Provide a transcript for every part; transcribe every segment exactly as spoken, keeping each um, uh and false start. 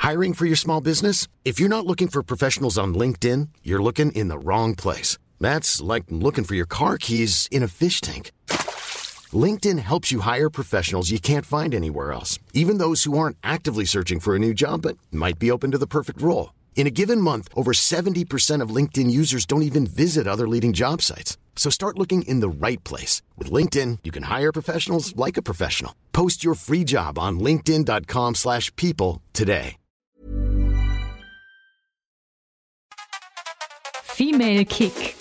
Hiring for your small business? If you're not looking for professionals on LinkedIn, you're looking in the wrong place. That's like looking for your car keys in a fish tank. LinkedIn helps you hire professionals you can't find anywhere else, even those who aren't actively searching for a new job but might be open to the perfect role. In a given month, over seventy percent of LinkedIn users don't even visit other leading job sites. So start looking in the right place. With LinkedIn, you can hire professionals like a professional. Post your free job on linkedin dot com slash people today. Female Kick.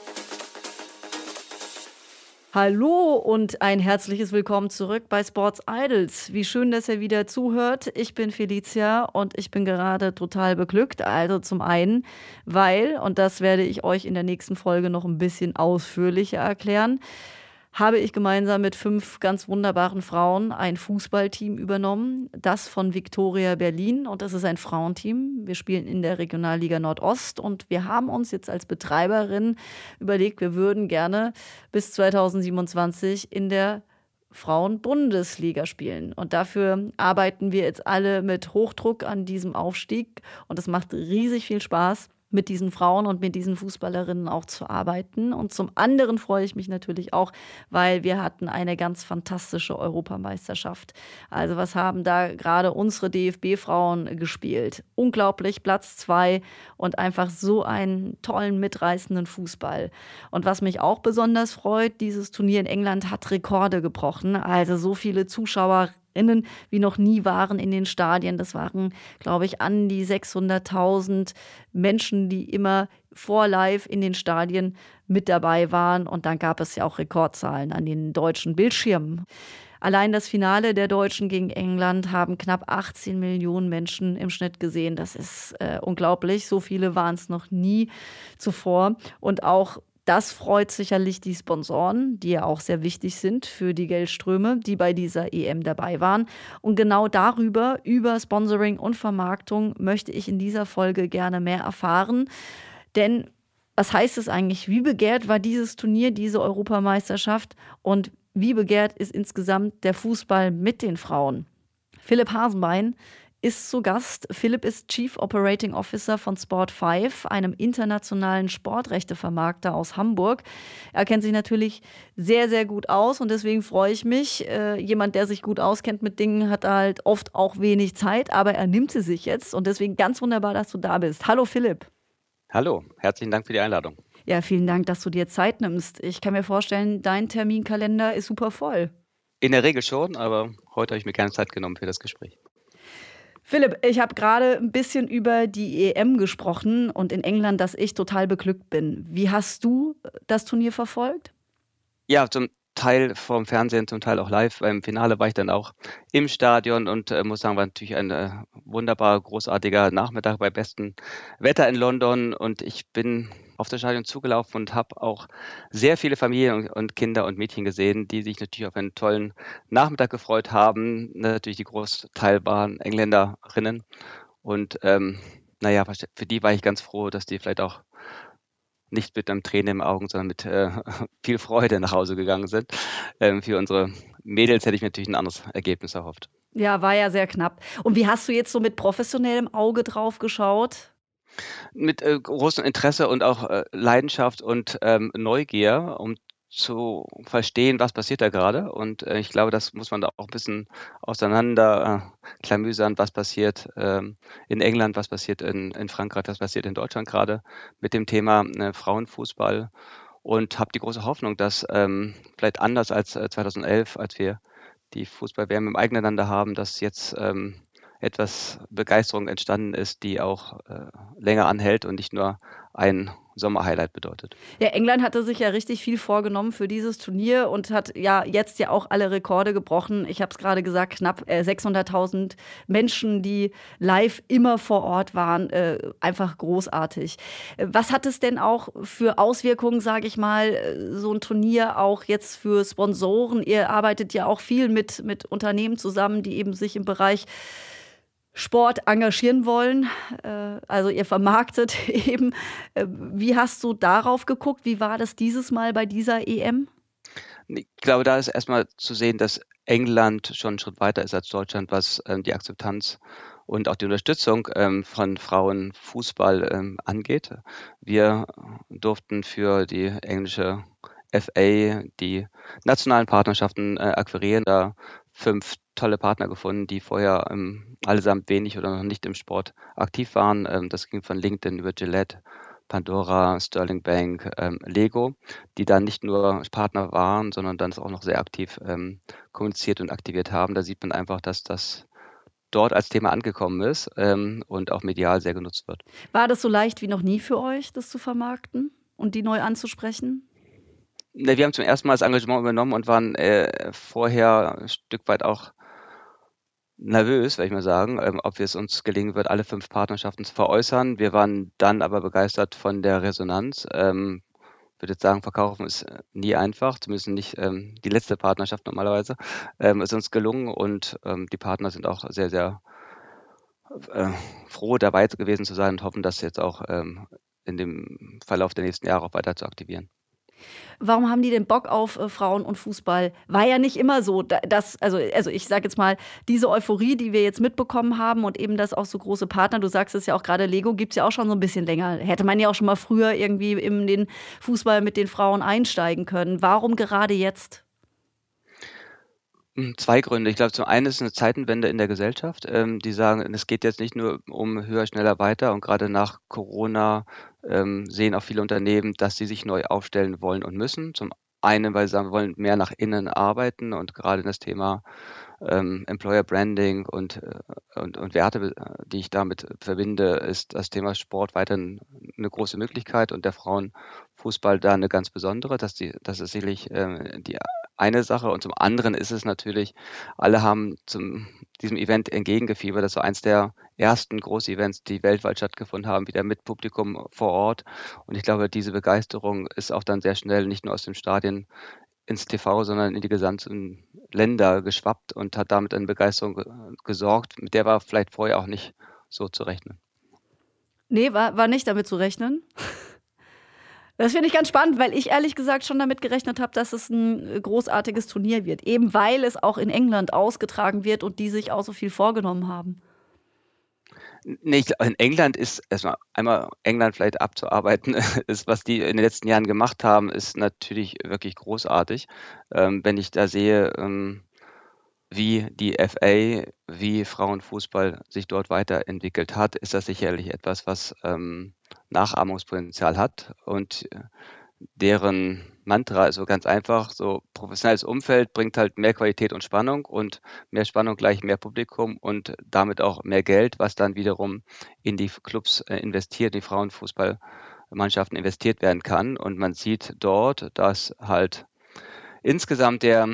Hallo und ein herzliches Willkommen zurück bei Sports Idols. Wie schön, dass ihr wieder zuhört. Ich bin Felicia und ich bin gerade total beglückt. Also zum einen, weil, und das werde ich euch in der nächsten Folge noch ein bisschen ausführlicher erklären, habe ich gemeinsam mit fünf ganz wunderbaren Frauen ein Fußballteam übernommen, das von Viktoria Berlin, und das ist ein Frauenteam. Wir spielen in der Regionalliga Nordost und wir haben uns jetzt als Betreiberin überlegt, wir würden gerne bis zweitausendsiebenundzwanzig in der Frauen-Bundesliga spielen. Und dafür arbeiten wir jetzt alle mit Hochdruck an diesem Aufstieg und es macht riesig viel Spaß, mit diesen Frauen und mit diesen Fußballerinnen auch zu arbeiten. Und zum anderen freue ich mich natürlich auch, weil wir hatten eine ganz fantastische Europameisterschaft. Also was haben da gerade unsere D F B-Frauen gespielt? Unglaublich, Platz zwei und einfach so einen tollen, mitreißenden Fußball. Und was mich auch besonders freut, dieses Turnier in England hat Rekorde gebrochen. Also so viele Zuschauer wie noch nie waren in den Stadien. Das waren, glaube ich, an die sechshunderttausend Menschen, die immer vor live in den Stadien mit dabei waren. Und dann gab es ja auch Rekordzahlen an den deutschen Bildschirmen. Allein das Finale der Deutschen gegen England haben knapp achtzehn Millionen Menschen im Schnitt gesehen. Das ist äh, unglaublich. So viele waren es noch nie zuvor. Und auch das freut sicherlich die Sponsoren, die ja auch sehr wichtig sind für die Geldströme, die bei dieser E M dabei waren. Und genau darüber, über Sponsoring und Vermarktung, möchte ich in dieser Folge gerne mehr erfahren. Denn was heißt es eigentlich? Wie begehrt war dieses Turnier, diese Europameisterschaft? Und wie begehrt ist insgesamt der Fußball mit den Frauen? Philipp Hasenbein ist zu Gast. Philipp ist Chief Operating Officer von Sport fünf, einem internationalen Sportrechtevermarkter aus Hamburg. Er kennt sich natürlich sehr, sehr gut aus und deswegen freue ich mich. Äh, jemand, der sich gut auskennt mit Dingen, hat halt oft auch wenig Zeit, aber er nimmt sie sich jetzt und deswegen ganz wunderbar, dass du da bist. Hallo Philipp. Hallo, herzlichen Dank für die Einladung. Ja, vielen Dank, dass du dir Zeit nimmst. Ich kann mir vorstellen, dein Terminkalender ist super voll. In der Regel schon, aber heute habe ich mir keine Zeit genommen für das Gespräch. Philipp, ich habe gerade ein bisschen über die E M gesprochen und in England, dass ich total beglückt bin. Wie hast du das Turnier verfolgt? Ja, zum Teil vom Fernsehen, zum Teil auch live. Beim Finale war ich dann auch im Stadion und äh, muss sagen, war natürlich ein äh, wunderbar großartiger Nachmittag bei bestem Wetter in London. Und ich bin auf das Stadion zugelaufen und habe auch sehr viele Familien und, und Kinder und Mädchen gesehen, die sich natürlich auf einen tollen Nachmittag gefreut haben. Natürlich die Großteil waren Engländerinnen. Und ähm, naja, für die war ich ganz froh, dass die vielleicht auch nicht mit einem Tränen im Augen, sondern mit äh, viel Freude nach Hause gegangen sind. Ähm, für unsere Mädels hätte ich mir natürlich ein anderes Ergebnis erhofft. Ja, war ja sehr knapp. Und wie hast du jetzt so mit professionellem Auge drauf geschaut? Mit äh, großem Interesse und auch äh, Leidenschaft und ähm, Neugier, um zu verstehen, was passiert da gerade. Und äh, ich glaube, das muss man da auch ein bisschen auseinander äh, klamüsern, was passiert ähm, in England, was passiert in, in Frankreich, was passiert in Deutschland gerade mit dem Thema äh, Frauenfußball. Und habe die große Hoffnung, dass ähm, vielleicht anders als äh, zweitausendelf, als wir die Fußball-W M im eigenen Lande haben, dass jetzt ähm, etwas Begeisterung entstanden ist, die auch äh, länger anhält und nicht nur ein Sommerhighlight bedeutet. Ja, England hatte sich ja richtig viel vorgenommen für dieses Turnier und hat ja jetzt ja auch alle Rekorde gebrochen. Ich habe es gerade gesagt, knapp äh, sechshunderttausend Menschen, die live immer vor Ort waren. Äh, einfach großartig. Was hat es denn auch für Auswirkungen, sage ich mal, so ein Turnier auch jetzt für Sponsoren? Ihr arbeitet ja auch viel mit, mit Unternehmen zusammen, die eben sich im Bereich Sport engagieren wollen. Also ihr vermarktet eben. Wie hast du darauf geguckt? Wie war das dieses Mal bei dieser E M? Ich glaube, da ist erstmal zu sehen, dass England schon einen Schritt weiter ist als Deutschland, was die Akzeptanz und auch die Unterstützung ähm, von Frauenfußball ähm, angeht. Wir durften für die englische F A die nationalen Partnerschaften äh, akquirieren, da fünf tolle Partner gefunden, die vorher ähm, allesamt wenig oder noch nicht im Sport aktiv waren. Ähm, das ging von LinkedIn über Gillette, Pandora, Sterling Bank, ähm, Lego, die dann nicht nur Partner waren, sondern dann es auch noch sehr aktiv ähm, kommuniziert und aktiviert haben. Da sieht man einfach, dass das dort als Thema angekommen ist ähm, und auch medial sehr genutzt wird. War das so leicht wie noch nie für euch, das zu vermarkten und die neu anzusprechen? Ne, wir haben zum ersten Mal das Engagement übernommen und waren äh, vorher ein Stück weit auch nervös, würde ich mal sagen, ähm, ob es uns gelingen wird, alle fünf Partnerschaften zu veräußern. Wir waren dann aber begeistert von der Resonanz. Ähm, ich würde jetzt sagen, verkaufen ist äh, nie einfach, zumindest nicht ähm, die letzte Partnerschaft normalerweise. Ähm, ist uns gelungen und ähm, die Partner sind auch sehr, sehr äh, froh, dabei gewesen zu sein und hoffen, das jetzt auch ähm, in dem Verlauf der nächsten Jahre auch weiter zu aktivieren. Warum haben die denn Bock auf äh, Frauen und Fußball? War ja nicht immer so, da- dass, also, also ich sage jetzt mal, diese Euphorie, die wir jetzt mitbekommen haben und eben, dass auch so große Partner, du sagst es ja auch gerade, Lego gibt es ja auch schon so ein bisschen länger. Hätte man ja auch schon mal früher irgendwie in den Fußball mit den Frauen einsteigen können. Warum gerade jetzt? Hm, zwei Gründe. Ich glaube, zum einen ist es 'ne Zeitenwende in der Gesellschaft. Ähm, die sagen, es geht jetzt nicht nur um höher, schneller, weiter und gerade nach Corona, ähm, sehen auch viele Unternehmen, dass sie sich neu aufstellen wollen und müssen. Zum einen, weil sie sagen, wir wollen mehr nach innen arbeiten und gerade das Thema, ähm, Employer Branding und, äh, und und Werte, äh, die ich damit verbinde, ist das Thema Sport weiterhin 'ne große Möglichkeit und der Frauenfußball da eine ganz besondere. Das die das ist sicherlich, äh, die eine Sache und zum anderen ist es natürlich, alle haben zum diesem Event entgegengefiebert. Das war eins der ersten Großevents, die weltweit stattgefunden haben, wieder mit Publikum vor Ort. Und ich glaube, diese Begeisterung ist auch dann sehr schnell nicht nur aus den Stadien ins T V, sondern in die gesamten Länder geschwappt und hat damit eine Begeisterung ge gesorgt, mit der war vielleicht vorher auch nicht so zu rechnen. Nee, war, war nicht damit zu rechnen. Das finde ich ganz spannend, weil ich ehrlich gesagt schon damit gerechnet habe, dass es ein äh, großartiges Turnier wird. Eben weil es auch in England ausgetragen wird und die sich auch so viel vorgenommen haben. Ne, ich in England ist erstmal einmal England vielleicht abzuarbeiten, ist, was die in den letzten Jahren gemacht haben, ist natürlich wirklich großartig. Ähm, wenn ich da sehe, ähm, wie die F A, wie Frauenfußball sich dort weiterentwickelt hat, ist das sicherlich etwas, was ähm, Nachahmungspotenzial hat und äh, deren Mantra ist so ganz einfach, so professionelles Umfeld bringt halt mehr Qualität und Spannung und mehr Spannung gleich mehr Publikum und damit auch mehr Geld, was dann wiederum in die Clubs äh, investiert, in die Frauenfußballmannschaften investiert werden kann. Und man sieht dort, dass halt insgesamt der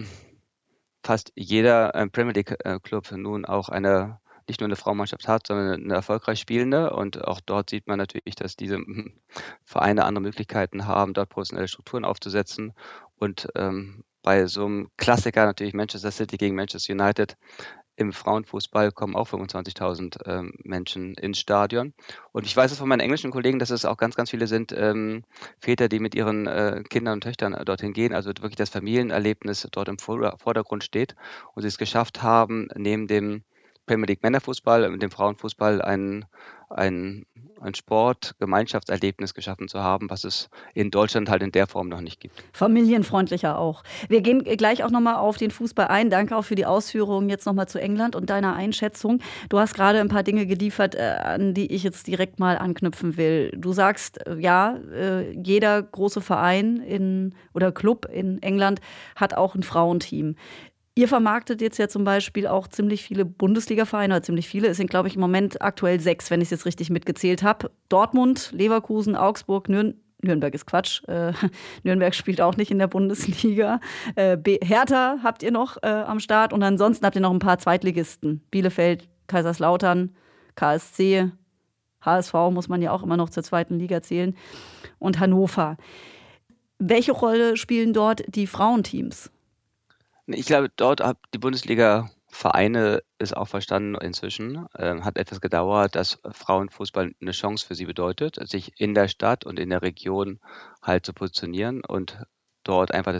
fast jeder ähm, Premier League äh, Club nun auch eine nicht nur eine Frauenmannschaft hat, sondern eine erfolgreich spielende. Und auch dort sieht man natürlich, dass diese hm, Vereine andere Möglichkeiten haben, dort professionelle Strukturen aufzusetzen. Und ähm, bei so einem Klassiker natürlich Manchester City gegen Manchester United im Frauenfußball kommen auch fünfundzwanzigtausend ähm, Menschen ins Stadion. Und ich weiß es von meinen englischen Kollegen, dass es auch ganz, ganz viele sind ähm, Väter, die mit ihren äh, Kindern und Töchtern äh, dorthin gehen. Also wirklich das Familienerlebnis dort im Vorder- Vordergrund steht und sie es geschafft haben, neben dem Premier League Männerfußball und dem Frauenfußball ein, ein, ein Sport-Gemeinschaftserlebnis geschaffen zu haben, was es in Deutschland halt in der Form noch nicht gibt. Familienfreundlicher auch. Wir gehen gleich auch nochmal auf den Fußball ein. Danke auch für die Ausführungen jetzt nochmal zu England und deiner Einschätzung. Du hast gerade ein paar Dinge geliefert, äh, an die ich jetzt direkt mal anknüpfen will. Du sagst, äh, ja, äh, jeder große Verein in, oder Club in England hat auch ein Frauenteam. Ihr vermarktet jetzt ja zum Beispiel auch ziemlich viele Bundesliga-Vereine, oder ziemlich viele. Es sind, glaube ich, im Moment aktuell sechs, wenn ich es jetzt richtig mitgezählt habe. Dortmund, Leverkusen, Augsburg, Nürn Nürnberg ist Quatsch. Äh, Nürnberg spielt auch nicht in der Bundesliga. Äh, B- Hertha habt ihr noch äh, am Start. Und ansonsten habt ihr noch ein paar Zweitligisten. Bielefeld, Kaiserslautern, K S C, H S V muss man ja auch immer noch zur zweiten Liga zählen. Und Hannover. Welche Rolle spielen dort die Frauenteams? Ich glaube, dort hat die Bundesliga-Vereine es auch verstanden inzwischen. Ähm, hat etwas gedauert, dass Frauenfußball eine Chance für sie bedeutet, sich in der Stadt und in der Region halt zu positionieren und dort einfach das Potenzial zu sehen. Ich glaube, selten ist dort äh, dann beim Bundesliga-Verein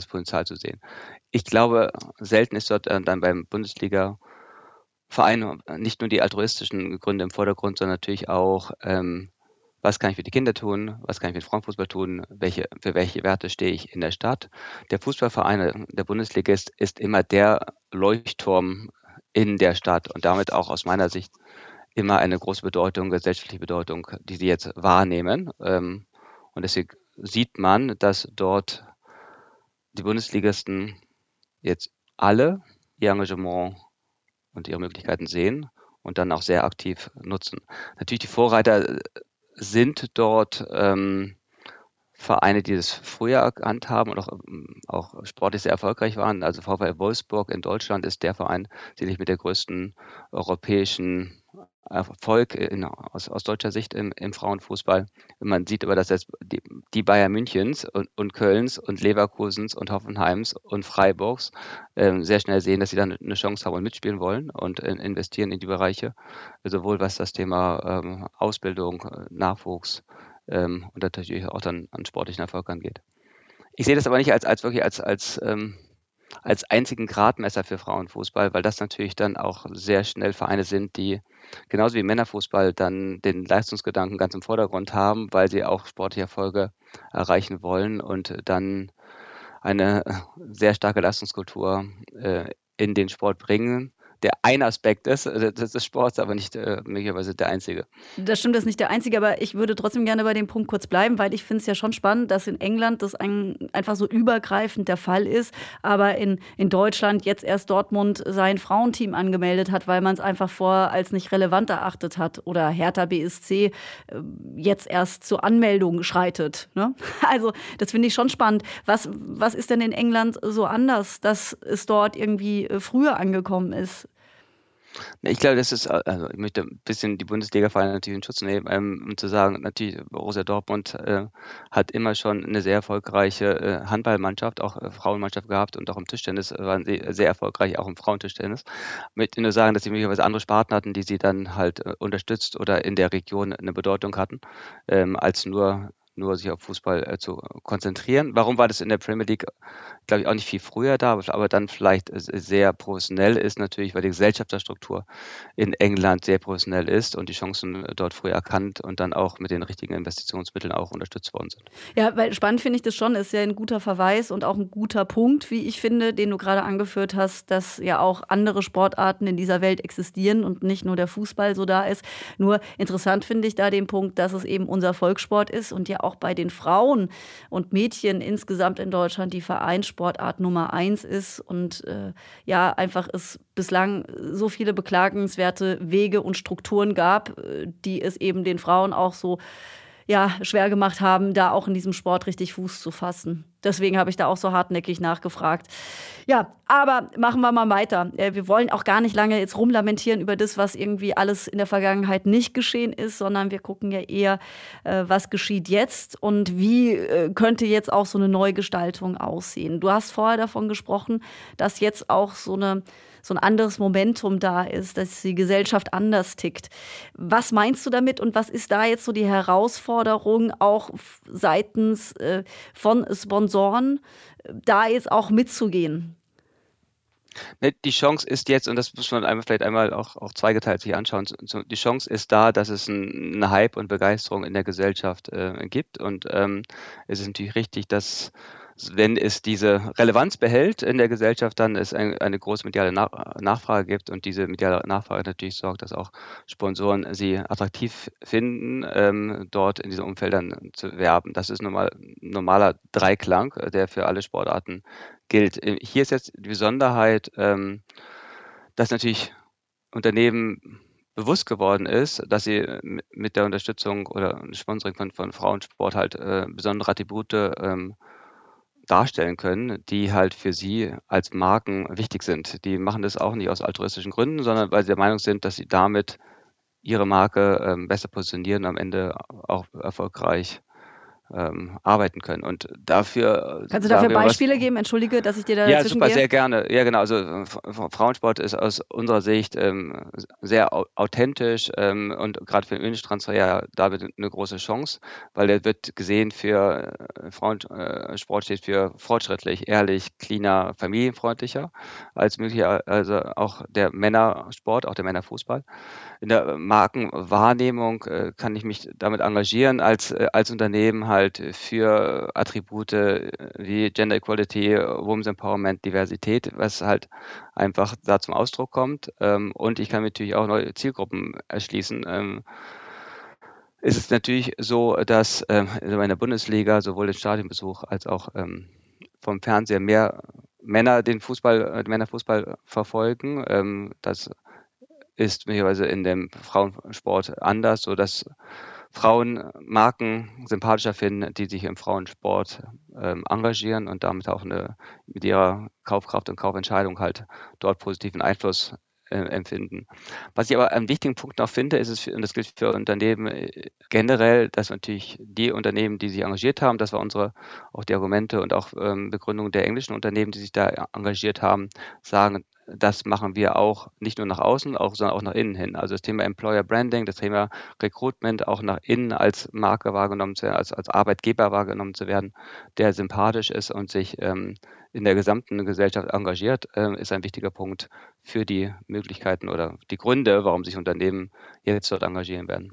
Verein nicht nur die altruistischen Gründe im Vordergrund, sondern natürlich auch, ähm, was kann ich für die Kinder tun, was kann ich für den Frauenfußball tun, welche, für welche Werte stehe ich in der Stadt. Der Fußballverein, der Bundesligist, ist immer der Leuchtturm in der Stadt und damit auch aus meiner Sicht immer eine große Bedeutung, gesellschaftliche Bedeutung, die sie jetzt wahrnehmen. Ähm, und deswegen sieht man, dass dort die Bundesligisten jetzt alle ihr Engagement und ihre Möglichkeiten sehen und dann auch sehr aktiv nutzen. Natürlich die Vorreiter sind dort ähm, Vereine, die das früher erkannt haben und auch, auch sportlich sehr erfolgreich waren. Also VfL Wolfsburg in Deutschland ist der Verein, sicherlich mit der größten europäischen Erfolg in, aus, aus deutscher Sicht im, im Frauenfußball. Man sieht aber, dass jetzt die, die Bayern Münchens und, und Kölns und Leverkusens und Hoffenheims und Freiburgs ähm, sehr schnell sehen, dass sie dann eine Chance haben und mitspielen wollen und äh, investieren in die Bereiche, sowohl was das Thema ähm, Ausbildung, Nachwuchs ähm, und natürlich auch dann an sportlichen Erfolg angeht. Ich sehe das aber nicht als, als wirklich als, als ähm, als einzigen Gradmesser für Frauenfußball, weil das natürlich dann auch sehr schnell Vereine sind, die genauso wie Männerfußball dann den Leistungsgedanken ganz im Vordergrund haben, weil sie auch sportliche Erfolge erreichen wollen und dann eine sehr starke Leistungskultur äh, in den Sport bringen, der ein Aspekt ist äh, des, des Sports, aber nicht äh, möglicherweise der einzige. Das stimmt, das ist nicht der einzige, aber ich würde trotzdem gerne bei dem Punkt kurz bleiben, weil ich finde es ja schon spannend, dass in England das ein, einfach so übergreifend der Fall ist, aber in, in Deutschland jetzt erst Dortmund sein Frauenteam angemeldet hat, weil man es einfach vorher als nicht relevant erachtet hat oder Hertha B S C äh, jetzt erst zur Anmeldung schreitet. Ne? Also das finde ich schon spannend. Was, was ist denn in England so anders, dass es dort irgendwie früher angekommen ist? Ich glaube, das ist, also ich möchte ein bisschen die Bundesliga-Vereine natürlich in Schutz nehmen, ähm, um zu sagen, natürlich, Borussia Dortmund äh, hat immer schon eine sehr erfolgreiche äh, Handballmannschaft, auch äh, Frauenmannschaft gehabt und auch im Tischtennis waren sie sehr erfolgreich, auch im Frauentischtennis. Ich möchte nur sagen, dass sie möglicherweise andere Sparten hatten, die sie dann halt äh, unterstützt oder in der Region eine Bedeutung hatten, ähm, als nur nur sich auf Fußball äh, zu konzentrieren. Warum war das in der Premier League, glaube ich, auch nicht viel früher da, aber dann vielleicht sehr professionell ist natürlich, weil die Gesellschaftsstruktur in England sehr professionell ist und die Chancen dort früh erkannt und dann auch mit den richtigen Investitionsmitteln auch unterstützt worden sind. Ja, weil spannend finde ich das schon, ist ja ein guter Verweis und auch ein guter Punkt, wie ich finde, den du gerade angeführt hast, dass ja auch andere Sportarten in dieser Welt existieren und nicht nur der Fußball so da ist. Nur interessant finde ich da den Punkt, dass es eben unser Volkssport ist und ja auch bei den Frauen und Mädchen insgesamt in Deutschland die Vereinssportart Nummer eins ist und äh, ja, einfach es bislang so viele beklagenswerte Wege und Strukturen gab, die es eben den Frauen auch so ja, schwer gemacht haben, da auch in diesem Sport richtig Fuß zu fassen. Deswegen habe ich da auch so hartnäckig nachgefragt. Ja, aber machen wir mal weiter. Wir wollen auch gar nicht lange jetzt rumlamentieren über das, was irgendwie alles in der Vergangenheit nicht geschehen ist, sondern wir gucken ja eher, was geschieht jetzt und wie könnte jetzt auch so eine Neugestaltung aussehen. Du hast vorher davon gesprochen, dass jetzt auch so eine so ein anderes Momentum da ist, dass die Gesellschaft anders tickt. Was meinst du damit und was ist da jetzt so die Herausforderung auch seitens äh, von Sponsoren, da jetzt auch mitzugehen? Die Chance ist jetzt, und das muss man einmal, vielleicht einmal auch, auch zweigeteilt sich anschauen, die Chance ist da, dass es einen Hype und Begeisterung in der Gesellschaft äh, gibt und ähm, es ist natürlich richtig, dass wenn es diese Relevanz behält in der Gesellschaft, dann es ein, eine große mediale Nach- Nachfrage gibt und diese mediale Nachfrage natürlich sorgt, dass auch Sponsoren sie attraktiv finden, ähm, dort in diesen Umfeldern zu werben. Das ist normal, normaler Dreiklang, der für alle Sportarten gilt. Hier ist jetzt die Besonderheit, ähm, dass natürlich Unternehmen bewusst geworden ist, dass sie mit der Unterstützung oder Sponsoring von, von Frauensport halt äh, besondere Attribute ähm, darstellen können, die halt für sie als Marken wichtig sind. Die machen das auch nicht aus altruistischen Gründen, sondern weil sie der Meinung sind, dass sie damit ihre Marke ähm, besser positionieren, am Ende auch erfolgreich ähm, arbeiten können. Und dafür Kannst du sagen dafür wir, was Beispiele geben? Entschuldige, dass ich dir da ja, dazwischen super, gehe. sehr gerne. Ja, genau. Also äh, F- F- Frauensport ist aus unserer Sicht ähm, sehr au- authentisch ähm, und gerade für den Image-Transfer ja damit eine große Chance, weil der wird gesehen für äh, Frauensport steht für fortschrittlich, ehrlich, cleaner, familienfreundlicher als möglicher, also auch der Männersport, auch der Männerfußball. In der Markenwahrnehmung äh, kann ich mich damit engagieren als, äh, als Unternehmen halt für Attribute äh, wie Gender Equality, äh, Women's Empowerment, Diversität, was halt einfach da zum Ausdruck kommt. Ähm, und ich kann natürlich auch neue Zielgruppen erschließen. Ähm, ist es natürlich so, dass ähm, in der Bundesliga sowohl den Stadionbesuch als auch ähm, vom Fernseher mehr Männer den Fußball, äh, den Männerfußball verfolgen. Ähm, das ist möglicherweise in dem Frauensport anders, sodass Frauen Marken sympathischer finden, die sich im Frauensport ähm, engagieren und damit auch eine, mit ihrer Kaufkraft und Kaufentscheidung halt dort positiven Einfluss äh, empfinden. Was ich aber einen wichtigen Punkt noch finde, ist es, für, und das gilt für Unternehmen äh, generell, dass natürlich die Unternehmen, die sich engagiert haben, das war unsere auch die Argumente und auch ähm, Begründung der englischen Unternehmen, die sich da engagiert haben, sagen, das machen wir auch nicht nur nach außen, auch, sondern auch nach innen hin. Also das Thema Employer Branding, das Thema Recruitment, auch nach innen als Marke wahrgenommen zu werden, als, als Arbeitgeber wahrgenommen zu werden, der sympathisch ist und sich ähm, in der gesamten Gesellschaft engagiert, ähm, ist ein wichtiger Punkt für die Möglichkeiten oder die Gründe, warum sich Unternehmen jetzt dort engagieren werden.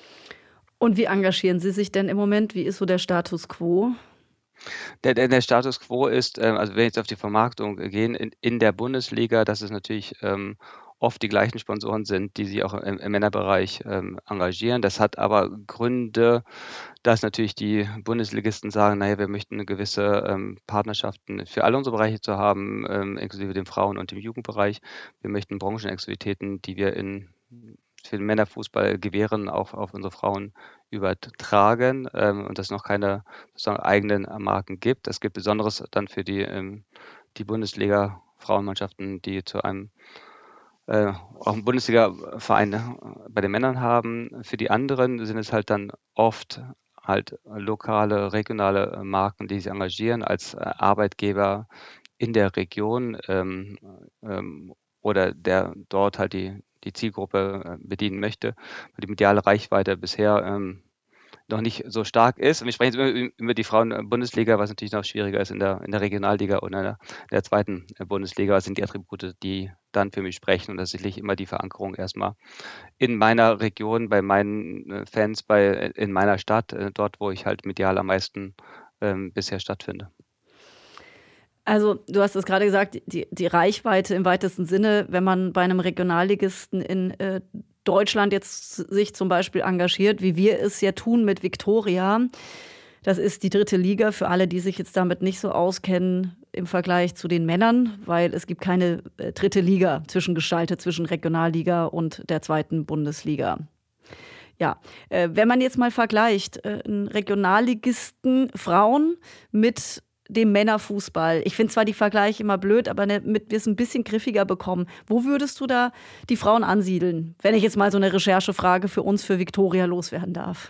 Und wie engagieren Sie sich denn im Moment? Wie ist so der Status quo? Der, der, der Status quo ist, ähm, also wenn wir jetzt auf die Vermarktung gehen, in, in der Bundesliga, dass es natürlich ähm, oft die gleichen Sponsoren sind, die sich auch im, im Männerbereich ähm, engagieren. Das hat aber Gründe, dass natürlich die Bundesligisten sagen, naja, wir möchten eine gewisse ähm, Partnerschaften für alle unsere Bereiche zu haben, ähm, inklusive dem Frauen- und dem Jugendbereich. Wir möchten Branchenexklusivitäten, die wir in für den Männerfußball gewähren, auch auf unsere Frauen übertragen ähm, und dass es noch keine sozusagen eigenen Marken gibt. Es gibt Besonderes dann für die, ähm, die Bundesliga-Frauenmannschaften, die zu einem äh, auch einen Bundesliga-Verein äh, bei den Männern haben. Für die anderen sind es halt dann oft halt lokale, regionale Marken, die sich engagieren als äh, Arbeitgeber in der Region ähm, ähm, oder der dort halt die, die Zielgruppe äh, bedienen möchte. Die mediale Reichweite bisher ähm, noch nicht so stark ist. Und wir sprechen jetzt über, über die Frauen-Bundesliga, was natürlich noch schwieriger ist in der, in der Regionalliga oder in der, der zweiten Bundesliga. Was sind die Attribute, die dann für mich sprechen? Und das ist sicherlich immer die Verankerung erstmal in meiner Region, bei meinen äh, Fans, bei, in meiner Stadt, äh, dort, wo ich halt medial am meisten ähm, bisher stattfinde. Also, du hast es gerade gesagt, die, die Reichweite im weitesten Sinne, wenn man bei einem Regionalligisten in äh, Deutschland jetzt sich zum Beispiel engagiert, wie wir es ja tun mit Viktoria. Das ist die dritte Liga für alle, die sich jetzt damit nicht so auskennen im Vergleich zu den Männern, weil es gibt keine äh, dritte Liga zwischengeschaltet zwischen Regionalliga und der zweiten Bundesliga. Ja, äh, wenn man jetzt mal vergleicht, äh, einen Regionalligisten Frauen mit dem Männerfußball. Ich finde zwar die Vergleiche immer blöd, aber damit wir es ein bisschen griffiger bekommen. Wo würdest du da die Frauen ansiedeln, wenn ich jetzt mal so eine Recherchefrage für uns, für Viktoria loswerden darf?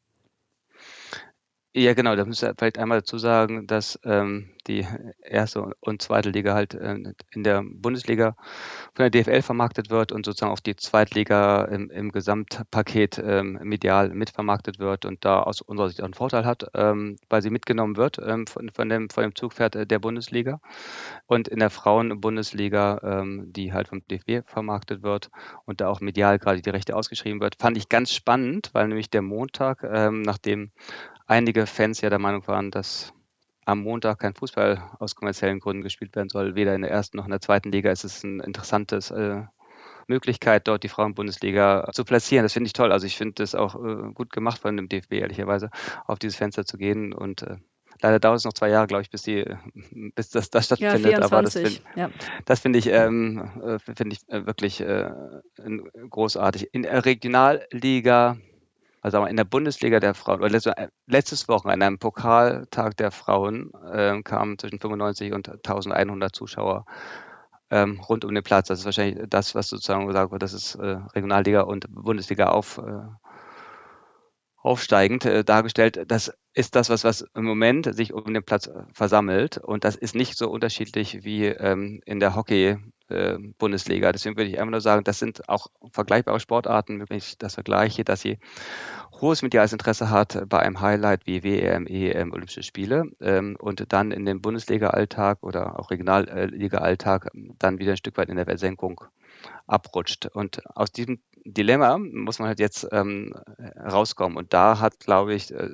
Ja, genau, da müssen wir vielleicht einmal dazu sagen, dass ähm, die erste und zweite Liga halt äh, in der Bundesliga von der D F L vermarktet wird und sozusagen auch die Zweitliga im, im Gesamtpaket ähm, medial mitvermarktet wird und da aus unserer Sicht auch einen Vorteil hat, ähm, weil sie mitgenommen wird ähm, von, von, dem, von dem Zugpferd der Bundesliga. Und in der Frauen-Bundesliga, ähm, die halt vom D F B vermarktet wird und da auch medial gerade die Rechte ausgeschrieben wird, fand ich ganz spannend, weil nämlich der Montag, ähm, nachdem einige Fans ja der Meinung waren, dass am Montag kein Fußball aus kommerziellen Gründen gespielt werden soll, weder in der ersten noch in der zweiten Liga, ist es eine interessante äh, Möglichkeit, dort die Frauen-Bundesliga zu platzieren. Das finde ich toll. Also ich finde das auch äh, gut gemacht von dem D F B, ehrlicherweise, auf dieses Fenster zu gehen. Und äh, leider dauert es noch zwei Jahre, glaube ich, bis, die, bis das, das Ja, stattfindet. Aber das vierundzwanzig. finde Ja. das find ich, ähm, äh, find ich äh, wirklich äh, großartig. In der Regionalliga, also in der Bundesliga der Frauen, oder letzte, letztes Wochenende, an einem Pokaltag der Frauen, äh, kamen zwischen fünfundneunzig und eintausendeinhundert Zuschauer ähm, rund um den Platz. Das ist wahrscheinlich das, was sozusagen gesagt wird, das ist äh, Regionalliga und Bundesliga auf, äh, aufsteigend äh, dargestellt. Das ist das, was, was im Moment sich um den Platz äh, versammelt. Und das ist nicht so unterschiedlich wie ähm, in der Hockey-Bundesliga. Äh, Deswegen würde ich einfach nur sagen, das sind auch vergleichbare Sportarten, wenn ich das vergleiche, dass sie hohes mediales Interesse hat bei einem Highlight wie W M, E M, Olympische Spiele ähm, und dann in dem Bundesliga-Alltag oder auch Regionalliga-Alltag dann wieder ein Stück weit in der Versenkung abrutscht. Und aus diesem Dilemma muss man halt jetzt ähm, rauskommen. Und da hat, glaube ich, äh,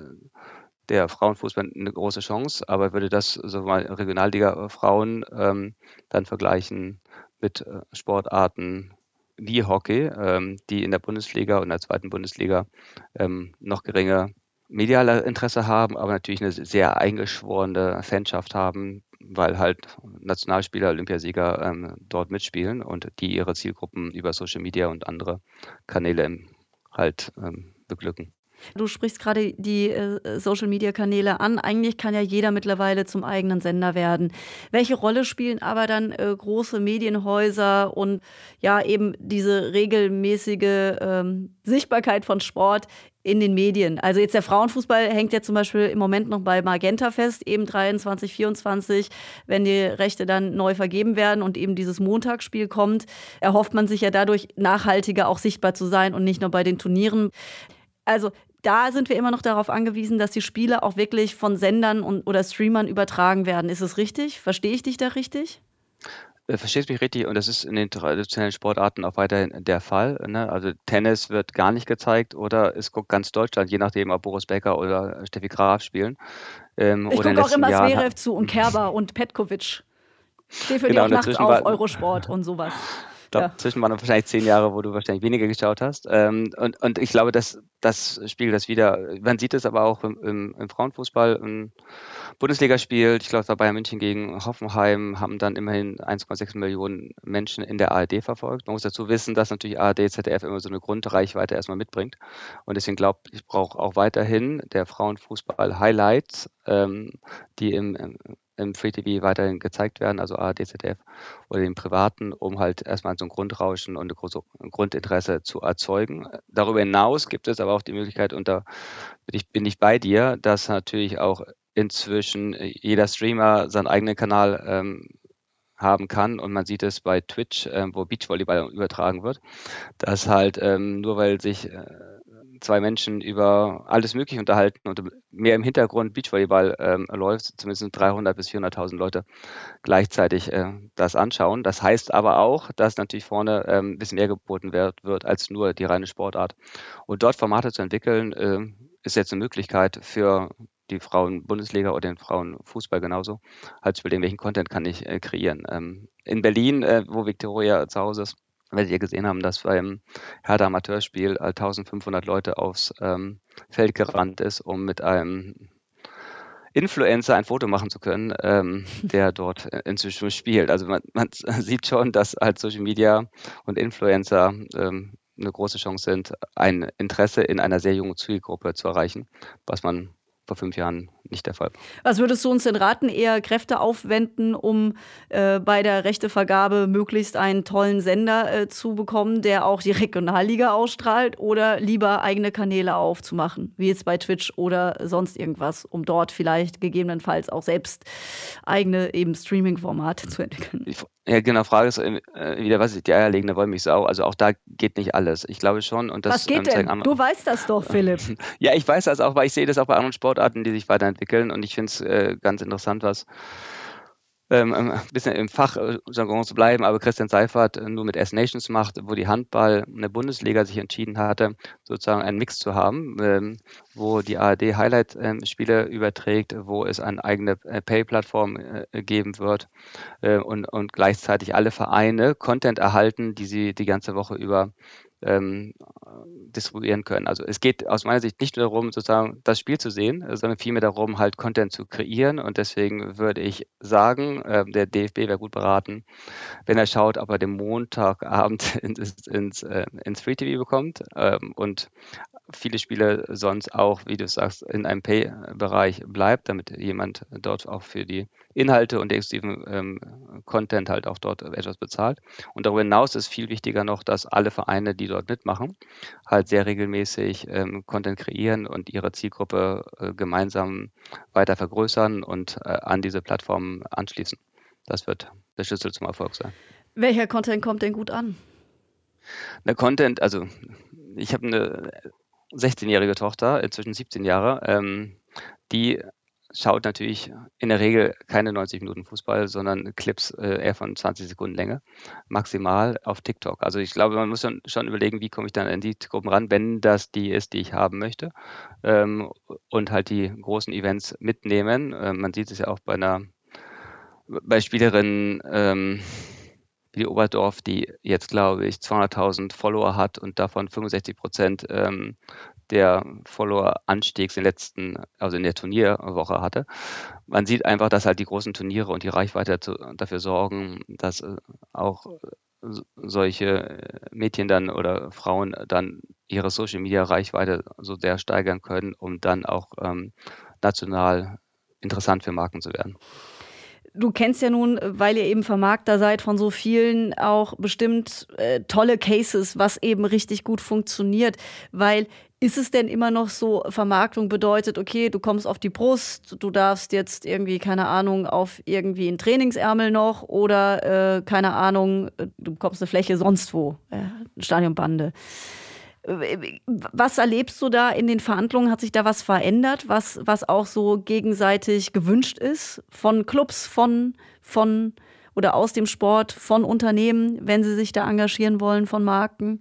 der Frauenfußball eine große Chance, aber würde das so mal Regionalliga-Frauen ähm, dann vergleichen mit äh, Sportarten wie Hockey, ähm, die in der Bundesliga und in der zweiten Bundesliga ähm, noch geringe mediale Interesse haben, aber natürlich eine sehr eingeschworene Fanschaft haben, weil halt Nationalspieler, Olympiasieger ähm, dort mitspielen und die ihre Zielgruppen über Social Media und andere Kanäle ähm, halt ähm, beglücken. Du sprichst gerade die äh, Social-Media-Kanäle an. Eigentlich kann ja jeder mittlerweile zum eigenen Sender werden. Welche Rolle spielen aber dann äh, große Medienhäuser und ja eben diese regelmäßige ähm, Sichtbarkeit von Sport in den Medien? Also jetzt der Frauenfußball hängt ja zum Beispiel im Moment noch bei Magenta fest, eben dreiundzwanzig, vierundzwanzig, wenn die Rechte dann neu vergeben werden und eben dieses Montagsspiel kommt, erhofft man sich ja dadurch nachhaltiger auch sichtbar zu sein und nicht nur bei den Turnieren. Also da sind wir immer noch darauf angewiesen, dass die Spiele auch wirklich von Sendern und, oder Streamern übertragen werden. Ist es richtig? Verstehe ich dich da richtig? Äh, Verstehst mich richtig, und das ist in den traditionellen Sportarten auch weiterhin der Fall. Ne? Also Tennis wird gar nicht gezeigt oder es guckt ganz Deutschland, je nachdem, ob Boris Becker oder Steffi Graf spielen. Ähm, Ich oder in gucke den auch letzten immer Jahren Zverev hat- zu und Kerber und Petkovic. Stehe für die Genau, auch und nachts dazwischen auf, war, Eurosport und sowas. Ich glaube, Ja. zwischen waren wahrscheinlich zehn Jahre, wo du wahrscheinlich weniger geschaut hast. Ähm, und, und ich glaube, das, das spiegelt das wieder. Man sieht es aber auch im, im, im Frauenfußball. Im Bundesligaspiel, ich glaube, es war Bayern München gegen Hoffenheim, haben dann immerhin eins Komma sechs Millionen Menschen in der A R D verfolgt. Man muss dazu wissen, dass natürlich A R D, Z D F immer so eine Grundreichweite erstmal mitbringt. Und deswegen glaube ich, brauche auch weiterhin der Frauenfußball Highlights, ähm, die im, im im Free-T V weiterhin gezeigt werden, also A R D, Z D F oder den privaten, um halt erstmal so ein Grundrauschen und eine große, ein Grundinteresse zu erzeugen. Darüber hinaus gibt es aber auch die Möglichkeit, und da bin ich, bin ich bei dir, dass natürlich auch inzwischen jeder Streamer seinen eigenen Kanal ähm, haben kann, und man sieht es bei Twitch, ähm, wo Beachvolleyball übertragen wird, dass halt ähm, nur weil sich äh, zwei Menschen über alles Mögliche unterhalten und mehr im Hintergrund Beachvolleyball ähm, läuft, zumindest dreihundert bis vierhunderttausend Leute gleichzeitig äh, das anschauen. Das heißt aber auch, dass natürlich vorne ähm, ein bisschen mehr geboten wird, wird als nur die reine Sportart. Und dort Formate zu entwickeln, äh, ist jetzt eine Möglichkeit für die Frauen-Bundesliga oder den Frauenfußball genauso, halt zu überlegen, welchen Content kann ich äh, kreieren. Ähm, in Berlin, äh, wo Victoria zu Hause ist, werdet ihr gesehen haben, dass beim Hertha-Amateurspiel eintausendfünfhundert Leute aufs ähm, Feld gerannt ist, um mit einem Influencer ein Foto machen zu können, ähm, der dort äh, inzwischen spielt. Also man, man sieht schon, dass halt Social Media und Influencer ähm, eine große Chance sind, ein Interesse in einer sehr jungen Zielgruppe zu erreichen, was man vor fünf Jahren nicht der Fall war. Was würdest du uns denn raten? Eher Kräfte aufwenden, um äh, bei der Rechtevergabe möglichst einen tollen Sender äh, zu bekommen, der auch die Regionalliga ausstrahlt, oder lieber eigene Kanäle aufzumachen, wie jetzt bei Twitch oder sonst irgendwas, um dort vielleicht gegebenenfalls auch selbst eigene eben Streaming-Formate zu entwickeln? Ja, genau, Frage ist äh, wieder, was ist die eierlegende Wollmilchsau? Also auch da geht nicht alles. Ich glaube schon. Und das, was geht ähm, zeigen denn? andere- Du weißt das doch, Philipp. Ja, ich weiß das auch, weil ich sehe das auch bei anderen Sportarten, die sich weiterentwickeln. Und ich finde es äh, ganz interessant, was ähm, ein bisschen im Fachjargon zu bleiben, aber Christian Seifert äh, nur mit S-Nations macht, wo die Handball in der Bundesliga sich entschieden hatte, sozusagen einen Mix zu haben, ähm, wo die A R D Highlight-Spiele ähm, überträgt, wo es eine eigene äh, Pay-Plattform äh, geben wird äh, und, und gleichzeitig alle Vereine Content erhalten, die sie die ganze Woche über ähm, distribuieren können. Also es geht aus meiner Sicht nicht nur darum, sozusagen das Spiel zu sehen, sondern vielmehr darum, halt Content zu kreieren. Und deswegen würde ich sagen, äh, der D F B wäre gut beraten, wenn er schaut, ob er den Montagabend ins, ins, äh, ins Free T V bekommt ähm, und viele Spiele sonst auch, wie du sagst, in einem Pay-Bereich bleibt, damit jemand dort auch für die Inhalte und den exklusiven ähm, Content halt auch dort etwas bezahlt. Und darüber hinaus ist viel wichtiger noch, dass alle Vereine, die dort mitmachen, halt sehr regelmäßig ähm, Content kreieren und ihre Zielgruppe äh, gemeinsam weiter vergrößern und äh, an diese Plattformen anschließen. Das wird der Schlüssel zum Erfolg sein. Welcher Content kommt denn gut an? Der Content, also ich habe eine sechzehnjährige Tochter, inzwischen siebzehn Jahre, ähm, die schaut natürlich in der Regel keine neunzig Minuten Fußball, sondern Clips äh, eher von zwanzig Sekunden Länge, maximal auf TikTok. Also ich glaube, man muss schon, schon überlegen, wie komme ich dann in die Gruppen ran, wenn das die ist, die ich haben möchte, ähm, und halt die großen Events mitnehmen. Ähm, man sieht es ja auch bei einer, bei Spielerinnen, ähm, wie die Oberdorf, die jetzt, glaube ich, zweihunderttausend Follower hat und davon fünfundsechzig Prozent ähm, der Follower-Anstiegs in, den letzten, also in der Turnierwoche hatte. Man sieht einfach, dass halt die großen Turniere und die Reichweite zu, dafür sorgen, dass äh, auch äh, solche Mädchen dann oder Frauen dann ihre Social-Media-Reichweite so sehr steigern können, um dann auch ähm, national interessant für Marken zu werden. Du kennst ja nun, weil ihr eben Vermarkter seid von so vielen, auch bestimmt äh, tolle Cases, was eben richtig gut funktioniert. Weil ist es denn immer noch so, Vermarktung bedeutet, okay, du kommst auf die Brust, du darfst jetzt irgendwie, keine Ahnung, auf irgendwie einen Trainingsärmel noch oder, äh, keine Ahnung, du bekommst eine Fläche sonst wo, äh, Stadionbande. Was erlebst du da in den Verhandlungen? Hat sich da was verändert, was, was auch so gegenseitig gewünscht ist von Clubs, von, von oder aus dem Sport, von Unternehmen, wenn sie sich da engagieren wollen, von Marken?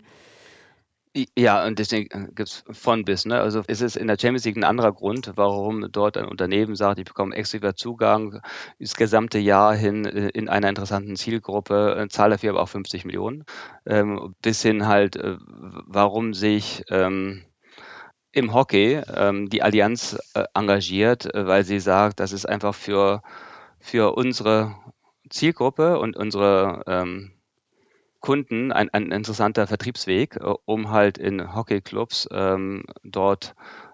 Ja, und deswegen gibt es von bis. Ne? Also es ist in der Champions League ein anderer Grund, warum dort ein Unternehmen sagt, ich bekomme exklusiver Zugang das gesamte Jahr hin in einer interessanten Zielgruppe, zahle dafür aber auch fünfzig Millionen. Ähm, bis hin halt, äh, warum sich ähm, im Hockey ähm, die Allianz äh, engagiert, äh, weil sie sagt, das ist einfach für, für unsere Zielgruppe und unsere ähm, Kunden ein, ein interessanter Vertriebsweg, um halt in Hockeyclubs ähm, dort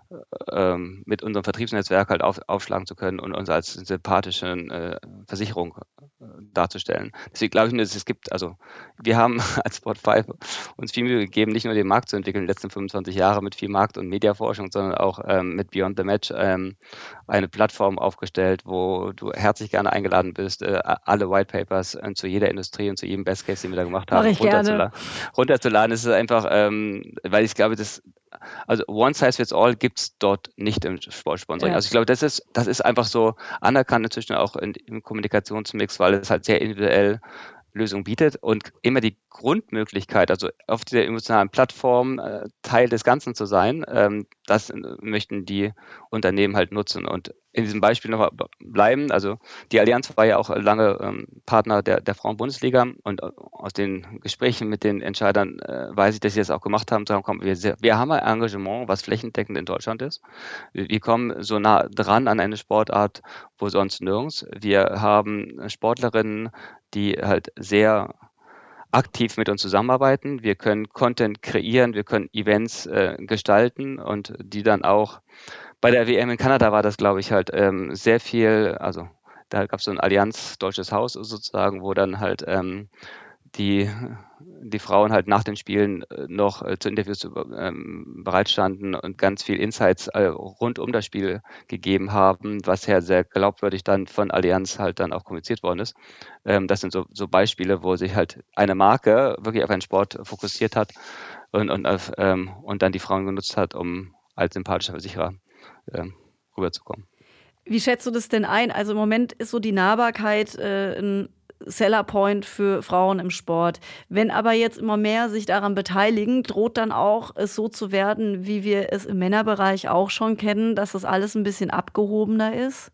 ähm, mit unserem Vertriebsnetzwerk halt auf, aufschlagen zu können und uns als sympathische äh, Versicherung äh, darzustellen. Deswegen glaube ich, dass es gibt, also wir haben als Sport fünf uns viel Mühe gegeben, nicht nur den Markt zu entwickeln, die letzten fünfundzwanzig Jahre mit viel Markt- und Mediaforschung, sondern auch ähm, mit Beyond the Match ähm, eine Plattform aufgestellt, wo du herzlich gerne eingeladen bist, äh, alle White Papers äh, zu jeder Industrie und zu jedem Best Case, den wir da gemacht haben, runterzuladen. runterzuladen. ist es einfach, ähm, weil ich glaube, das also One Size Fits All gibt es dort nicht im Sportsponsoring. Ja. Also ich glaube, das ist, das ist einfach so anerkannt inzwischen auch in, im Kommunikationsmix, weil es halt sehr individuell Lösungen bietet und immer die Grundmöglichkeit, also auf dieser emotionalen Plattform äh, Teil des Ganzen zu sein, ähm, das äh, möchten die Unternehmen halt nutzen. Und in diesem Beispiel noch bleiben, also die Allianz war ja auch lange ähm, Partner der, der Frauen-Bundesliga und aus den Gesprächen mit den Entscheidern äh, weiß ich, dass sie das auch gemacht haben, sagen, komm, wir, wir haben ein Engagement, was flächendeckend in Deutschland ist. Wir, wir kommen so nah dran an eine Sportart, wo sonst nirgends. Wir haben Sportlerinnen, die halt sehr aktiv mit uns zusammenarbeiten. Wir können Content kreieren, wir können Events äh, gestalten und die dann auch bei der W M in Kanada war das, glaube ich, halt ähm, sehr viel, also da gab es so ein Allianz Deutsches Haus sozusagen, wo dann halt ähm, die, die Frauen halt nach den Spielen noch äh, zu Interviews ähm, bereitstanden und ganz viel Insights äh, rund um das Spiel gegeben haben, was ja sehr glaubwürdig dann von Allianz halt dann auch kommuniziert worden ist. Ähm, das sind so, so Beispiele, wo sich halt eine Marke wirklich auf einen Sport fokussiert hat und, und, auf, ähm, und dann die Frauen genutzt hat, um als sympathischer Versicherer ähm, rüberzukommen. Wie schätzt du das denn ein? Also im Moment ist so die Nahbarkeit äh, ein Sellerpoint für Frauen im Sport. Wenn aber jetzt immer mehr sich daran beteiligen, droht dann auch es so zu werden, wie wir es im Männerbereich auch schon kennen, dass das alles ein bisschen abgehobener ist?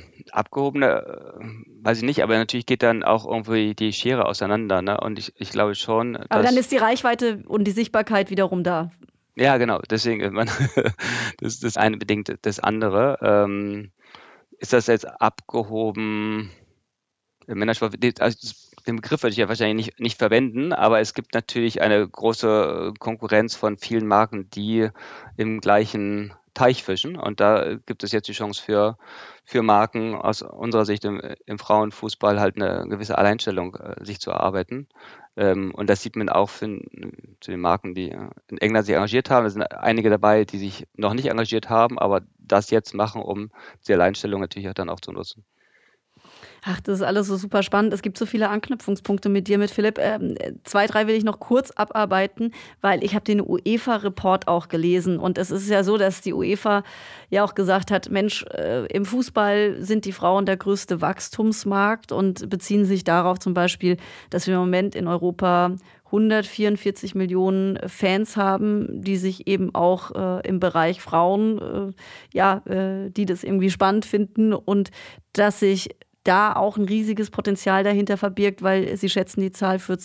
Abgehobener, äh, weiß ich nicht, aber natürlich geht dann auch irgendwie die Schere auseinander. Ne? Und ich, ich glaube schon, dass... Aber dann ist die Reichweite und die Sichtbarkeit wiederum da. Ja, genau. Deswegen, man, das, das eine bedingt das andere. Ähm, ist das jetzt abgehoben im Männersport? Also den Begriff würde ich ja wahrscheinlich nicht, nicht verwenden, aber es gibt natürlich eine große Konkurrenz von vielen Marken, die im gleichen Teich fischen. Und da gibt es jetzt die Chance für, für Marken aus unserer Sicht im, im Frauenfußball halt eine gewisse Alleinstellung äh, sich zu erarbeiten. Ähm, und das sieht man auch für, zu den Marken, die in England sich engagiert haben. Es sind einige dabei, die sich noch nicht engagiert haben, aber das jetzt machen, um die Alleinstellung natürlich auch dann auch zu nutzen. Ach, das ist alles so super spannend. Es gibt so viele Anknüpfungspunkte mit dir, mit Philipp. Ähm, zwei, drei will ich noch kurz abarbeiten, weil ich habe den UEFA-Report auch gelesen. Und es ist ja so, dass die UEFA ja auch gesagt hat, Mensch, äh, im Fußball sind die Frauen der größte Wachstumsmarkt und beziehen sich darauf zum Beispiel, dass wir im Moment in Europa hundertvierundvierzig Millionen Fans haben, die sich eben auch äh, im Bereich Frauen, äh, ja, äh, die das irgendwie spannend finden und dass sich da auch ein riesiges Potenzial dahinter verbirgt, weil sie schätzen die Zahl für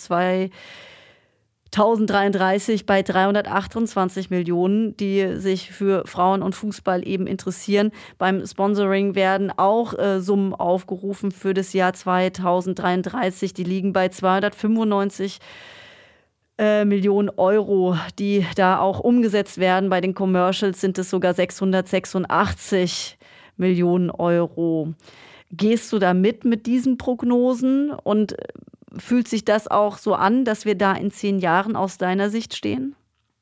zweitausenddreiunddreißig bei dreihundertachtundzwanzig Millionen, die sich für Frauen und Fußball eben interessieren. Beim Sponsoring werden auch äh, Summen aufgerufen für das Jahr zweitausenddreiunddreißig. Die liegen bei zweihundertfünfundneunzig äh, Millionen Euro, die da auch umgesetzt werden. Bei den Commercials sind es sogar sechshundertsechsundachtzig Millionen Euro. Gehst du da mit mit diesen Prognosen und fühlt sich das auch so an, dass wir da in zehn Jahren aus deiner Sicht stehen?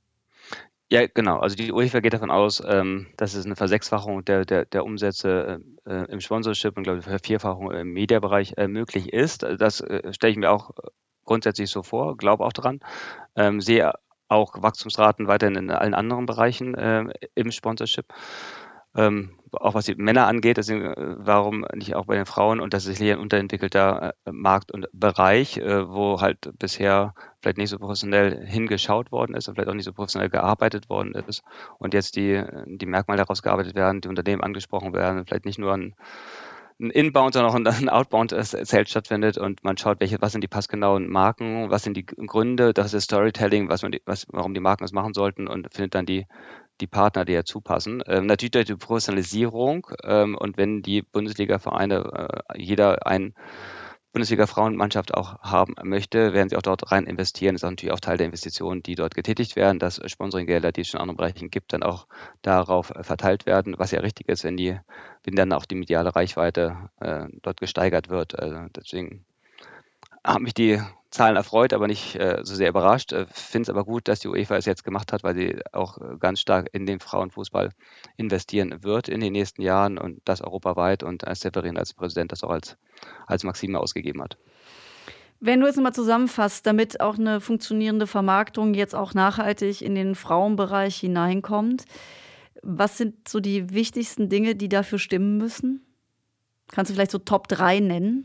Ja, genau. Also die UEFA geht davon aus, ähm, dass es eine Versechsfachung der, der, der Umsätze äh, im Sponsorship und, glaube ich, Vervierfachung im Mediabereich äh, möglich ist. Das äh, stelle ich mir auch grundsätzlich so vor, glaube auch daran. Ähm, sehe auch Wachstumsraten weiterhin in allen anderen Bereichen äh, im Sponsorship. Ähm, auch was die Männer angeht, deswegen, äh, warum nicht auch bei den Frauen? Und das ist hier ein unterentwickelter äh, Markt und Bereich, äh, wo halt bisher vielleicht nicht so professionell hingeschaut worden ist und vielleicht auch nicht so professionell gearbeitet worden ist. Und jetzt die, die Merkmale daraus gearbeitet werden, die Unternehmen angesprochen werden, vielleicht nicht nur ein, ein Inbound, sondern auch ein, ein Outbound-Sales stattfindet und man schaut, welche, was sind die passgenauen Marken, was sind die Gründe, das ist Storytelling, was man die, was, warum die Marken das machen sollten und findet dann die die Partner, die dazu passen. Ähm, natürlich durch die Professionalisierung ähm, und wenn die Bundesliga-Vereine, äh, jeder eine Bundesliga-Frauenmannschaft auch haben möchte, werden sie auch dort rein investieren. Das ist auch natürlich auch Teil der Investitionen, die dort getätigt werden, dass Sponsoringgelder, die es schon in anderen Bereichen gibt, dann auch darauf äh, verteilt werden, was ja richtig ist, wenn die, wenn dann auch die mediale Reichweite äh, dort gesteigert wird. Also deswegen haben mich die Zahlen erfreut, aber nicht äh, so sehr überrascht. Äh, Finde es aber gut, dass die UEFA es jetzt gemacht hat, weil sie auch äh, ganz stark in den Frauenfußball investieren wird in den nächsten Jahren und das europaweit und als Severin als Präsident das auch als, als Maxime ausgegeben hat. Wenn du jetzt mal zusammenfasst, damit auch eine funktionierende Vermarktung jetzt auch nachhaltig in den Frauenbereich hineinkommt, was sind so die wichtigsten Dinge, die dafür stimmen müssen? Kannst du vielleicht so Top drei nennen?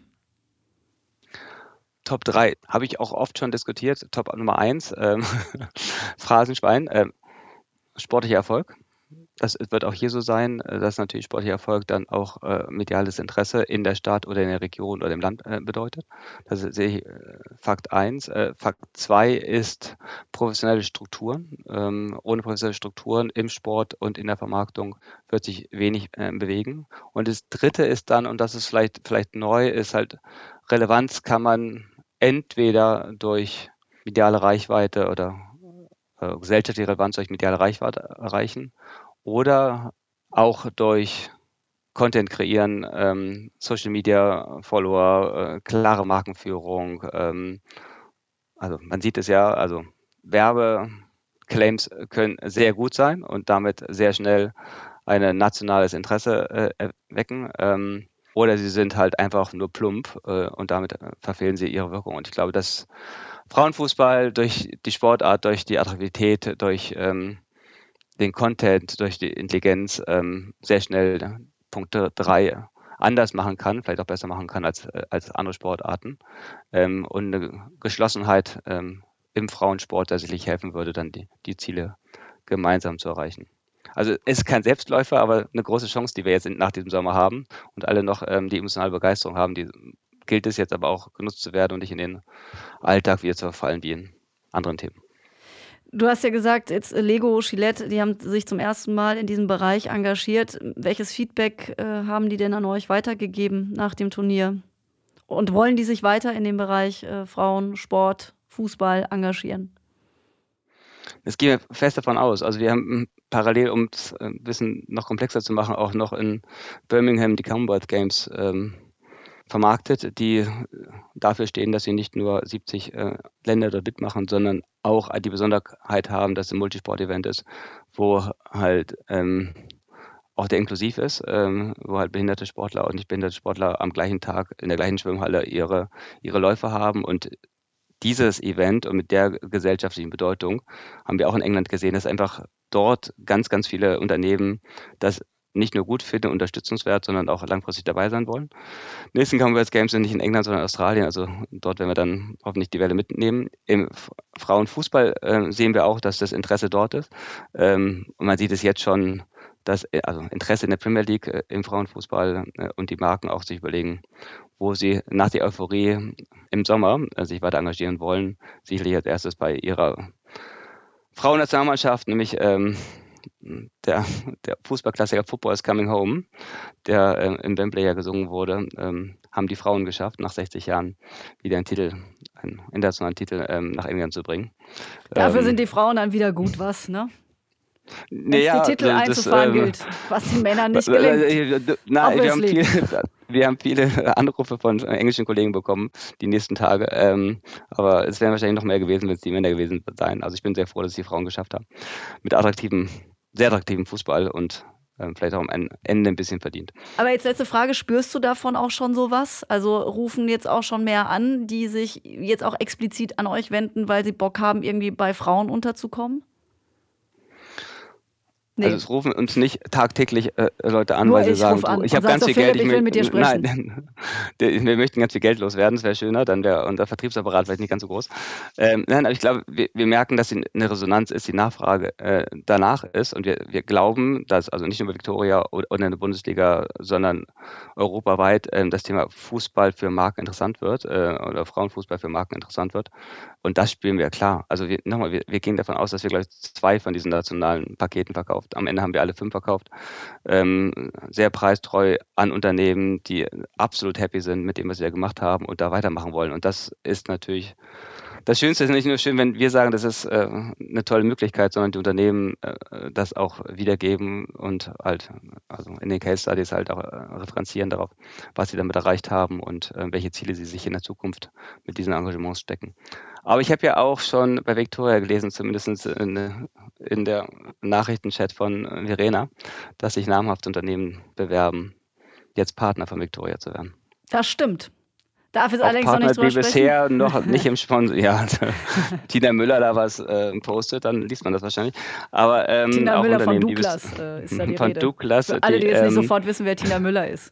Top drei habe ich auch oft schon diskutiert. Top Nummer eins, ähm, Phrasenschwein, ähm, sportlicher Erfolg. Das wird auch hier so sein, dass natürlich sportlicher Erfolg dann auch äh, mediales Interesse in der Stadt oder in der Region oder im Land äh, bedeutet. Das sehe ich äh, Fakt eins. Äh, Fakt zwei ist professionelle Strukturen. Ähm, ohne professionelle Strukturen im Sport und in der Vermarktung wird sich wenig äh, bewegen. Und das dritte ist dann, und das ist vielleicht, vielleicht neu, ist halt Relevanz kann man entweder durch mediale Reichweite oder äh, gesellschaftliche Relevanz durch mediale Reichweite erreichen oder auch durch Content kreieren, ähm, Social Media Follower, äh, klare Markenführung. Ähm, also man sieht es ja, also Werbeclaims können sehr gut sein und damit sehr schnell ein nationales Interesse äh, erwecken. Ähm, Oder sie sind halt einfach nur plump äh, und damit äh, verfehlen sie ihre Wirkung. Und ich glaube, dass Frauenfußball durch die Sportart, durch die Attraktivität, durch ähm, den Content, durch die Intelligenz ähm, sehr schnell Punkt drei anders machen kann, vielleicht auch besser machen kann als, äh, als andere Sportarten. Ähm, und eine Geschlossenheit ähm, im Frauensport tatsächlich helfen würde, dann die, die Ziele gemeinsam zu erreichen. Also es ist kein Selbstläufer, aber eine große Chance, die wir jetzt nach diesem Sommer haben und alle noch ähm, die emotionale Begeisterung haben, die gilt es jetzt aber auch genutzt zu werden und nicht in den Alltag wieder zu verfallen wie in anderen Themen. Du hast ja gesagt, jetzt Lego, Gillette, die haben sich zum ersten Mal in diesem Bereich engagiert. Welches Feedback äh, haben die denn an euch weitergegeben nach dem Turnier? Und wollen die sich weiter in dem Bereich äh, Frauen, Sport, Fußball engagieren? Das gehen wir fest davon aus. Also wir haben parallel, um es ein bisschen noch komplexer zu machen, auch noch in Birmingham die Commonwealth Games ähm, vermarktet, die dafür stehen, dass sie nicht nur siebzig äh, Länder dort mitmachen, sondern auch die Besonderheit haben, dass es ein Multisport-Event ist, wo halt ähm, auch der inklusiv ist, ähm, wo halt behinderte Sportler und nicht behinderte Sportler am gleichen Tag in der gleichen Schwimmhalle ihre, ihre Läufe haben. Und dieses Event und mit der gesellschaftlichen Bedeutung haben wir auch in England gesehen, dass einfach dort ganz, ganz viele Unternehmen das nicht nur gut finden, unterstützenswert, sondern auch langfristig dabei sein wollen. Die nächsten Commonwealth Games sind nicht in England, sondern in Australien. Also dort werden wir dann hoffentlich die Welle mitnehmen. Im Frauenfußball äh, sehen wir auch, dass das Interesse dort ist. Ähm, und man sieht es jetzt schon, dass also Interesse in der Premier League äh, im Frauenfußball äh, und die Marken auch sich überlegen, wo sie nach der Euphorie im Sommer äh, sich weiter engagieren wollen. Sicherlich als erstes bei ihrer Frauennationalmannschaft, nämlich ähm, der, der Fußballklassiker Football is Coming Home, der äh, im Wembley ja gesungen wurde, ähm, haben die Frauen geschafft, nach sechzig Jahren wieder einen Titel, einen internationalen Titel ähm, nach England zu bringen. Dafür ähm, sind die Frauen dann wieder gut was, ne? Wenn ja, die Titel das, einzufahren ähm, gilt, was den Männern nicht gelingt. Nein, wir haben, Obviously. viele, wir haben viele Anrufe von englischen Kollegen bekommen die nächsten Tage. Ähm, aber es wären wahrscheinlich noch mehr gewesen, wenn es die Männer gewesen seien. Also ich bin sehr froh, dass es die Frauen geschafft haben. Mit attraktivem, sehr attraktivem Fußball und ähm, vielleicht auch am Ende ein bisschen verdient. Aber jetzt letzte Frage, spürst du davon auch schon sowas? Also rufen jetzt auch schon mehr an, die sich jetzt auch explizit an euch wenden, weil sie Bock haben, irgendwie bei Frauen unterzukommen? Nee. Also es rufen uns nicht tagtäglich äh, Leute an, Nur weil sie ich sagen, ruf an du, ich und habe sag ganz so, viel Philipp, Geld. ich will mit dir sprechen. Nein, wir möchten ganz viel Geld loswerden, das wäre schöner, dann wäre unser Vertriebsapparat vielleicht nicht ganz so groß. Ähm, nein, aber ich glaube, wir, wir merken, dass eine Resonanz ist, die Nachfrage äh, danach ist und wir, wir glauben, dass also nicht nur bei Viktoria oder, oder in der Bundesliga, sondern europaweit äh, das Thema Fußball für Marken interessant wird äh, oder Frauenfußball für Marken interessant wird. Und das spüren wir klar. Also wir, nochmal, wir, wir gehen davon aus, dass wir, glaube ich, zwei von diesen nationalen Paketen verkauft. Am Ende haben wir alle fünf verkauft. Ähm, sehr preistreu an Unternehmen, die absolut happy sind mit dem, was sie da gemacht haben und da weitermachen wollen. Und das ist natürlich, das Schönste ist nicht nur schön, wenn wir sagen, das ist äh, eine tolle Möglichkeit, sondern die Unternehmen äh, das auch wiedergeben und halt, also in den Case Studies halt auch äh, referenzieren darauf, was sie damit erreicht haben und äh, welche Ziele sie sich in der Zukunft mit diesen Engagements stecken. Aber ich habe ja auch schon bei Viktoria gelesen, zumindest in, in der Nachrichtenchat von Verena, dass sich namhafte Unternehmen bewerben, jetzt Partner von Viktoria zu werden. Das stimmt. Darf jetzt auch allerdings Partner, noch nicht drüber die sprechen. bisher noch nicht im Sponsor, ja, also, Tina Müller da was äh, postet, dann liest man das wahrscheinlich. Aber ähm, Tina auch Müller von Unternehmen, Douglas die bis, äh, ist da die von Rede. Douglas, Für alle, die jetzt ähm, nicht sofort wissen, wer Tina Müller ist.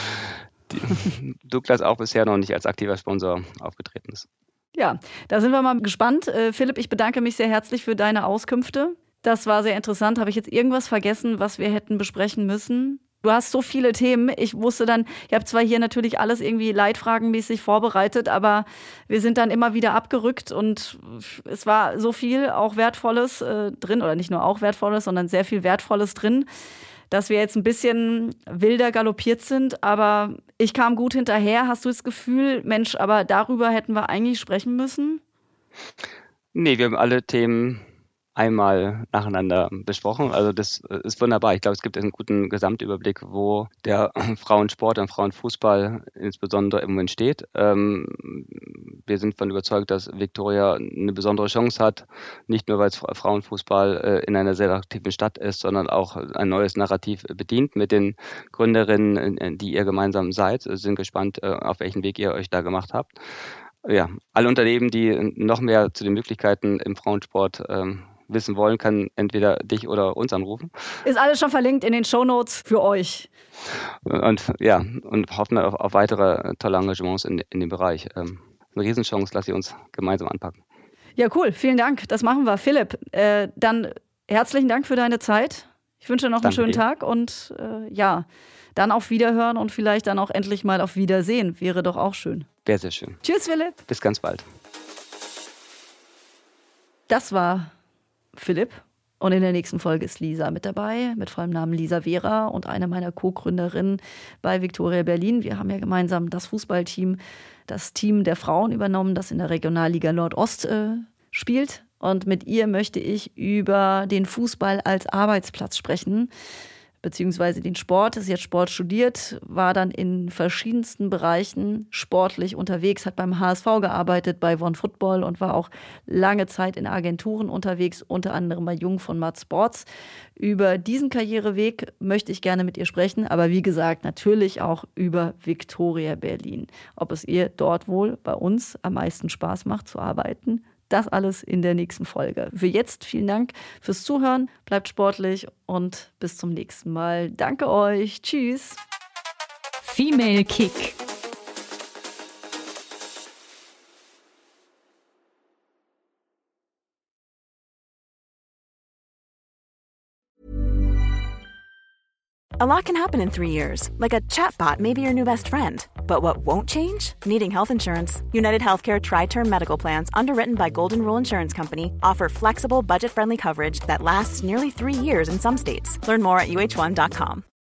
Die Douglas auch bisher noch nicht als aktiver Sponsor aufgetreten ist. Ja, da sind wir mal gespannt. Äh, Philipp, ich bedanke mich sehr herzlich für deine Auskünfte. Das war sehr interessant. Habe ich jetzt irgendwas vergessen, was wir hätten besprechen müssen? Du hast so viele Themen. Ich wusste dann, ich habe zwar hier natürlich alles irgendwie leitfragenmäßig vorbereitet, aber wir sind dann immer wieder abgerückt und es war so viel auch Wertvolles äh, drin, oder nicht nur auch Wertvolles, sondern sehr viel Wertvolles drin, dass wir jetzt ein bisschen wilder galoppiert sind, aber ich kam gut hinterher. Hast du das Gefühl, Mensch, aber darüber hätten wir eigentlich sprechen müssen? Nee, wir haben alle Themen einmal nacheinander besprochen. Also das ist wunderbar. Ich glaube, es gibt einen guten Gesamtüberblick, wo der Frauensport und Frauenfußball insbesondere im Moment steht. Ähm, wir sind davon überzeugt, dass Viktoria eine besondere Chance hat, nicht nur weil es Frauenfußball äh, in einer sehr aktiven Stadt ist, sondern auch ein neues Narrativ bedient mit den Gründerinnen, die ihr gemeinsam seid. Wir sind gespannt, äh, auf welchen Weg ihr euch da gemacht habt. Ja, alle Unternehmen, die noch mehr zu den Möglichkeiten im Frauensport ähm, wissen wollen, kann entweder dich oder uns anrufen. Ist alles schon verlinkt in den Shownotes für euch. Und ja, und hoffen auf, auf weitere tolle Engagements in, in dem Bereich. Ähm, eine Riesenchance, lass sie uns gemeinsam anpacken. Ja, cool. Vielen Dank. Das machen wir. Philipp, äh, dann herzlichen Dank für deine Zeit. Ich wünsche dir noch einen schönen Tag und äh, ja, dann auf Wiederhören und vielleicht dann auch endlich mal auf Wiedersehen. Wäre doch auch schön. Wäre sehr schön. Tschüss, Philipp. Bis ganz bald. Das war Philipp Und in der nächsten Folge ist Lisa mit dabei, mit vollem Namen Lisa Vera und eine meiner Co-Gründerinnen bei Viktoria Berlin. Wir haben ja gemeinsam das Fußballteam, das Team der Frauen übernommen, das in der Regionalliga Nordost äh, spielt. Und mit ihr möchte ich über den Fußball als Arbeitsplatz sprechen, beziehungsweise den Sport. Sie hat Sport studiert, war dann in verschiedensten Bereichen sportlich unterwegs, hat beim H S V gearbeitet, bei One Football und war auch lange Zeit in Agenturen unterwegs, unter anderem bei Jung von Matt Sports. Über diesen Karriereweg möchte ich gerne mit ihr sprechen, aber wie gesagt, natürlich auch über Viktoria Berlin. Ob es ihr dort wohl bei uns am meisten Spaß macht zu arbeiten, das alles in der nächsten Folge. Für jetzt vielen Dank fürs Zuhören. Bleibt sportlich und bis zum nächsten Mal. Danke euch. Tschüss. Female Kick. A lot can happen in three years, like a chatbot may be your new best friend. But what won't change? Needing health insurance. United Healthcare Tri-Term Medical Plans, underwritten by Golden Rule Insurance Company, offer flexible, budget-friendly coverage that lasts nearly three years in some states. Learn more at U H one dot com.